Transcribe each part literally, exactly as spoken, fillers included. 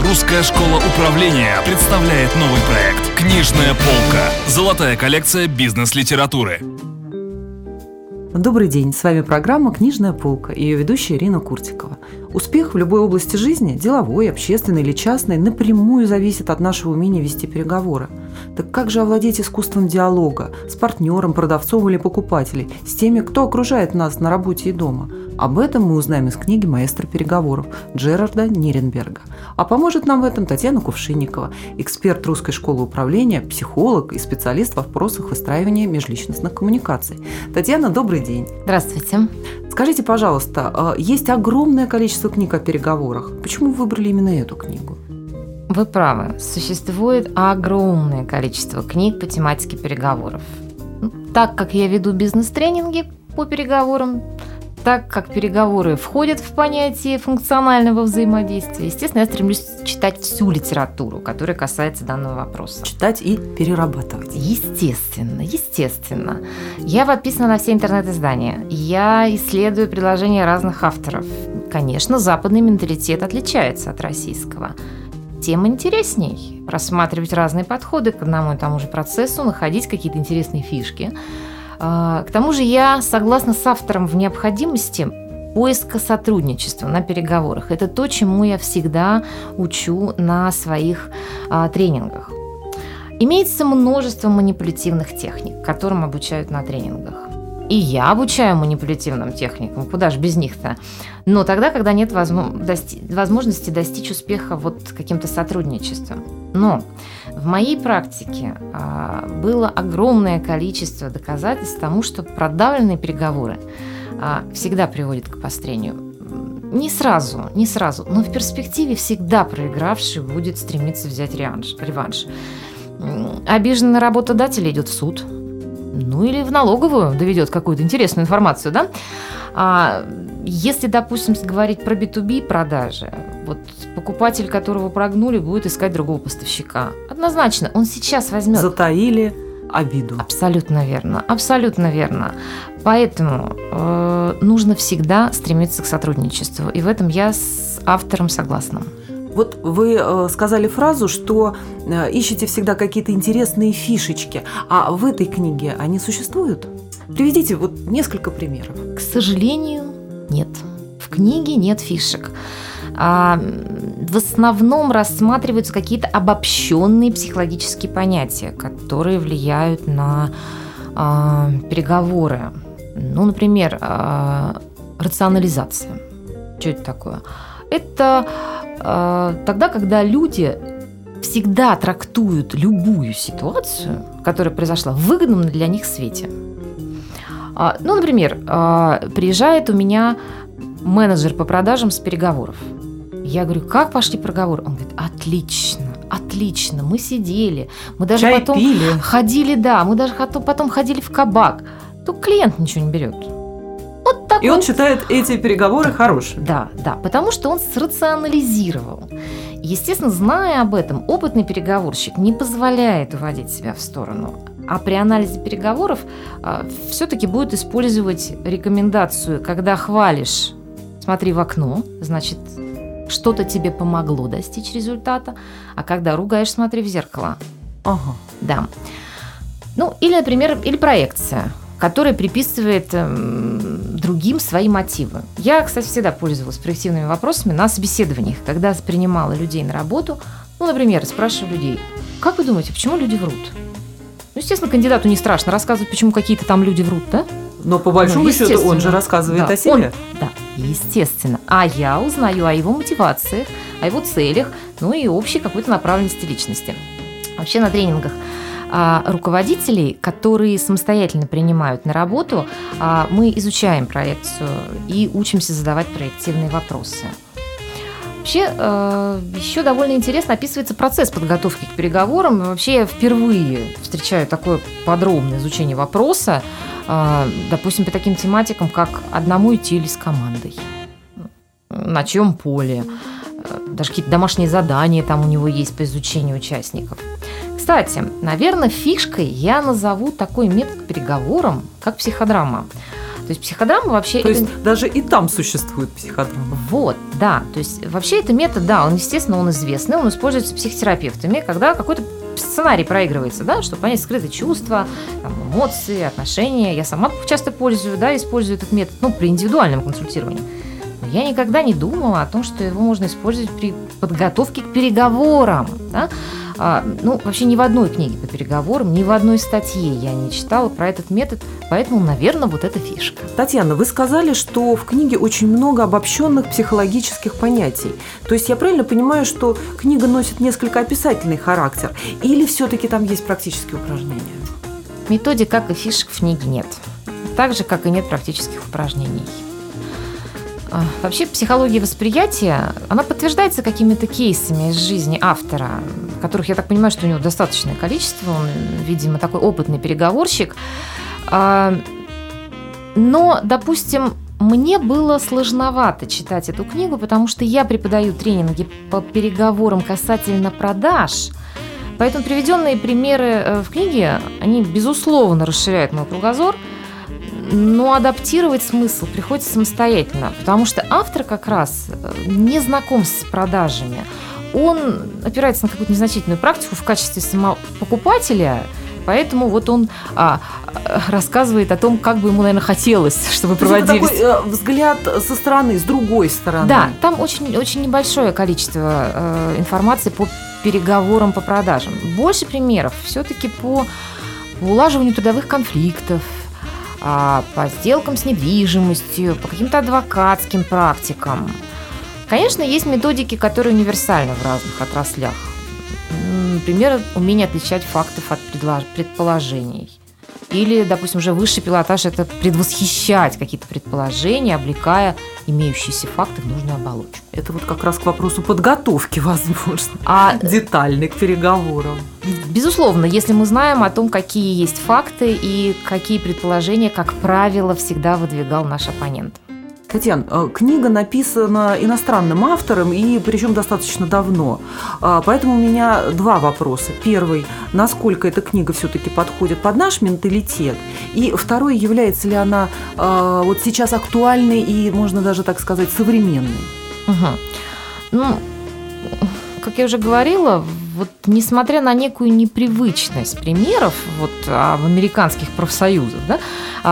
Русская школа управления представляет новый проект «Книжная полка». Золотая коллекция бизнес-литературы. Добрый день, с вами программа «Книжная полка» и ее ведущая Ирина Куртикова. Успех в любой области жизни, деловой, общественной или частной, напрямую зависит от нашего умения вести переговоры. Так как же овладеть искусством диалога с партнером, продавцом или покупателем, с теми, кто окружает нас на работе и дома? Об этом мы узнаем из книги «Маэстро переговоров» Джерарда Нирнберга. А поможет нам в этом Татьяна Кувшинникова, эксперт Русской школы управления, психолог и специалист в вопросах выстраивания межличностных коммуникаций. Татьяна, добрый день. Здравствуйте. Скажите, пожалуйста, есть огромное количество книг о переговорах. Почему вы выбрали именно эту книгу? Вы правы. Существует огромное количество книг по тематике переговоров. Так как я веду бизнес-тренинги по переговорам, так как переговоры входят в понятие функционального взаимодействия, естественно, я стремлюсь читать всю литературу, которая касается данного вопроса. Читать и перерабатывать. Естественно, естественно. Я подписана на все интернет-издания. Я исследую предложения разных авторов. Конечно, западный менталитет отличается от российского. Тем интересней рассматривать разные подходы к одному и тому же процессу, находить какие-то интересные фишки. К тому же я согласна с автором в необходимости поиска сотрудничества на переговорах. Это то, чему я всегда учу на своих а, тренингах. Имеется множество манипулятивных техник, которым обучают на тренингах. И я обучаю манипулятивным техникам, куда же без них-то. Но тогда, когда нет возможности достичь успеха вот каким-то сотрудничеством. Но в моей практике а, было огромное количество доказательств тому, что продавленные переговоры а, всегда приводят к обострению. Не сразу, не сразу, но в перспективе всегда проигравший будет стремиться взять реванш. реванш. Обиженный работодатель идет в суд. Ну или в налоговую доведет какую-то интересную информацию, да? А если, допустим, говорить про би ту би продажи, вот покупатель, которого прогнули, будет искать другого поставщика. Однозначно, он сейчас возьмет. Затаили обиду. Абсолютно верно, абсолютно верно. Поэтому э, нужно всегда стремиться к сотрудничеству. И в этом я с автором согласна. Вот вы э, сказали фразу, что э, ищете всегда какие-то интересные фишечки. А в этой книге они существуют? Приведите вот несколько примеров. К сожалению, нет. В книге нет фишек. А, в основном рассматриваются какие-то обобщенные психологические понятия, которые влияют на а, переговоры. Ну, например, а, рационализация. Что это такое? Это а, тогда, когда люди всегда трактуют любую ситуацию, которая произошла, в выгодном для них свете. А, ну, например, а, приезжает у меня менеджер по продажам с переговоров. Я говорю, как пошли переговоры? Он говорит, отлично, отлично, мы сидели, мы даже Чай потом пили. ходили, да, мы даже потом ходили в кабак. Только клиент ничего не берет. Вот так И он... он считает эти переговоры хорошими. Да, да, потому что он срационализировал. Естественно, зная об этом, опытный переговорщик не позволяет уводить себя в сторону. А при анализе переговоров а, все-таки будет использовать рекомендацию, когда хвалишь, смотри в окно, значит, что-то тебе помогло достичь результата, а когда ругаешь, смотри в зеркало. Ага. Да. Ну, или, например, или проекция, которая приписывает эм, другим свои мотивы. Я, кстати, всегда пользовалась проективными вопросами на собеседованиях, когда принимала людей на работу. Ну, например, спрашиваю людей, как вы думаете, почему люди врут? Ну, естественно, кандидату не страшно рассказывать, почему какие-то там люди врут, да? Но по большому ну, счету он же рассказывает да, о себе. Он, да, естественно. А я узнаю о его мотивациях, о его целях, ну и общей какой-то направленности личности. Вообще на тренингах а, руководителей, которые самостоятельно принимают на работу, а, мы изучаем проекцию и учимся задавать проективные вопросы. Вообще, э, еще довольно интересно описывается процесс подготовки к переговорам. Вообще, я впервые встречаю такое подробное изучение вопроса, э, допустим, по таким тематикам, как одному идти или с командой, на чьем поле, э, даже какие-то домашние задания там у него есть по изучению участников. Кстати, наверное, фишкой я назову такой метод к переговорам, как психодрама. То есть психодрама вообще... То это... есть даже и там существует психодрама. Вот, да. То есть вообще это метод, да, он, естественно, он известный, он используется психотерапевтами, когда какой-то сценарий проигрывается, да, чтобы понять скрытые чувства, там, эмоции, отношения. Я сама часто пользую, да, использую этот метод, ну, при индивидуальном консультировании. Но я никогда не думала о том, что его можно использовать при подготовке к переговорам, да. А, ну, вообще ни в одной книге по переговорам, ни в одной статье я не читала про этот метод, поэтому, наверное, вот эта фишка. Татьяна, вы сказали, что в книге очень много обобщенных психологических понятий. То есть я правильно понимаю, что книга носит несколько описательный характер? Или все-таки там есть практические упражнения? Методик, как и фишек, в книге нет. Так же, как и нет практических упражнений. Вообще психология восприятия, она подтверждается какими-то кейсами из жизни автора, которых, я так понимаю, что у него достаточное количество, он, видимо, такой опытный переговорщик. Но, допустим, мне было сложновато читать эту книгу, потому что я преподаю тренинги по переговорам касательно продаж, поэтому приведенные примеры в книге, они, безусловно, расширяют мой кругозор, но адаптировать смысл приходится самостоятельно, потому что автор как раз не знаком с продажами. Он опирается на какую-то незначительную практику в качестве самого покупателя, поэтому вот он а, рассказывает о том, как бы ему, наверное, хотелось, чтобы проводились. Это такой э, взгляд со стороны, с другой стороны. Да, там очень, очень небольшое количество э, информации по переговорам по продажам. Больше примеров все-таки по, по улаживанию трудовых конфликтов, по сделкам с недвижимостью, по каким-то адвокатским практикам. Конечно, есть методики, которые универсальны в разных отраслях. Например, умение отличать фактов от предположений. Или, допустим, уже высший пилотаж – это предвосхищать какие-то предположения, облекая имеющиеся факты в нужную оболочку. Это вот как раз к вопросу подготовки, возможно, а, детальной к переговорам. Безусловно, если мы знаем о том, какие есть факты и какие предположения, как правило, всегда выдвигал наш оппонент. Татьяна, книга написана иностранным автором, и причем достаточно давно. Поэтому у меня два вопроса. Первый, насколько эта книга все-таки подходит под наш менталитет? И второй, является ли она вот сейчас актуальной и, можно даже так сказать, современной? Угу. Ну, как я уже говорила, вот несмотря на некую непривычность примеров вот, в американских профсоюзах, да,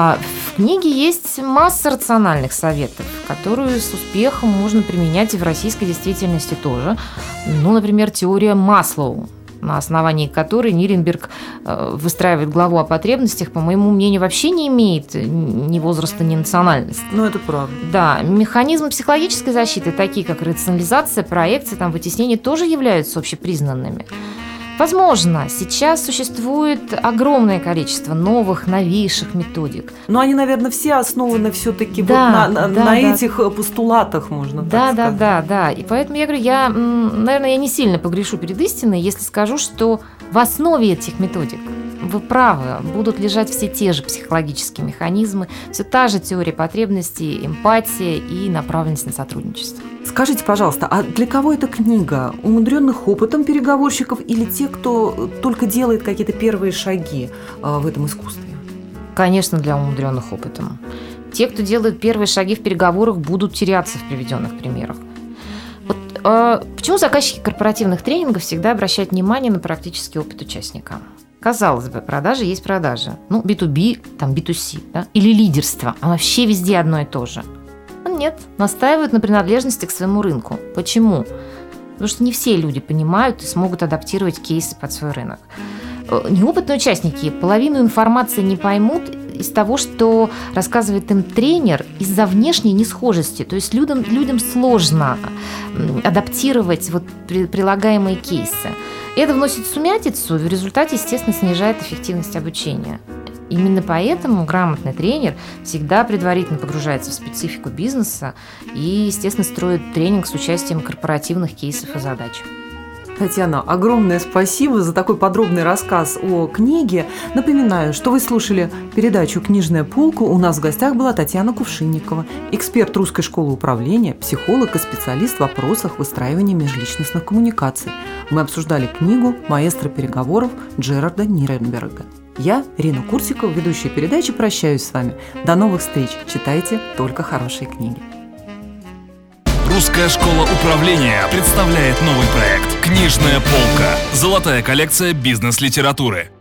в книге есть масса рациональных советов, которые с успехом можно применять и в российской действительности тоже. Ну, например, теория Маслоу, на основании которой Нирнберг выстраивает главу о потребностях, по моему мнению, вообще не имеет ни возраста, ни национальности. Ну, это правда. Да, механизмы психологической защиты, такие как рационализация, проекция, там, вытеснение, тоже являются общепризнанными. Возможно, сейчас существует огромное количество новых, новейших методик. Но они, наверное, все основаны все-таки да, вот на, да, на да. этих постулатах, можно да, так да, сказать. Да, да, да. И поэтому я говорю, я, наверное, я не сильно погрешу перед истиной, если скажу, что в основе этих методик, вы правы, будут лежать все те же психологические механизмы, все та же теория потребностей, эмпатия и направленность на сотрудничество. Скажите, пожалуйста, а для кого эта книга? Умудренных опытом переговорщиков или тех, кто только делает какие-то первые шаги в этом искусстве? Конечно, для умудренных опытом. Те, кто делает первые шаги в переговорах, будут теряться в приведенных примерах. Вот, э, почему заказчики корпоративных тренингов всегда обращают внимание на практический опыт участника? Казалось бы, продажи есть продажи. Ну, би ту би, там би ту си, да? Или лидерство. А вообще везде одно и то же. Нет, настаивают на принадлежности к своему рынку. Почему? Потому что не все люди понимают и смогут адаптировать кейсы под свой рынок. Неопытные участники половину информации не поймут из того, что рассказывает им тренер, из-за внешней несхожести. То есть людям, людям сложно адаптировать вот прилагаемые кейсы. Это вносит сумятицу и в результате, естественно, снижает эффективность обучения. Именно поэтому грамотный тренер всегда предварительно погружается в специфику бизнеса и, естественно, строит тренинг с участием корпоративных кейсов и задач. Татьяна, огромное спасибо за такой подробный рассказ о книге. Напоминаю, что вы слушали передачу «Книжная полка». У нас в гостях была Татьяна Кувшинникова, эксперт Русской школы управления, психолог и специалист в вопросах выстраивания межличностных коммуникаций. Мы обсуждали книгу «Маэстро переговоров» Джерарда Нирнберга. Я, Рина Куртикова, ведущая передачи, прощаюсь с вами. До новых встреч. Читайте только хорошие книги. Русская школа управления представляет новый проект «Книжная полка». Золотая коллекция бизнес-литературы.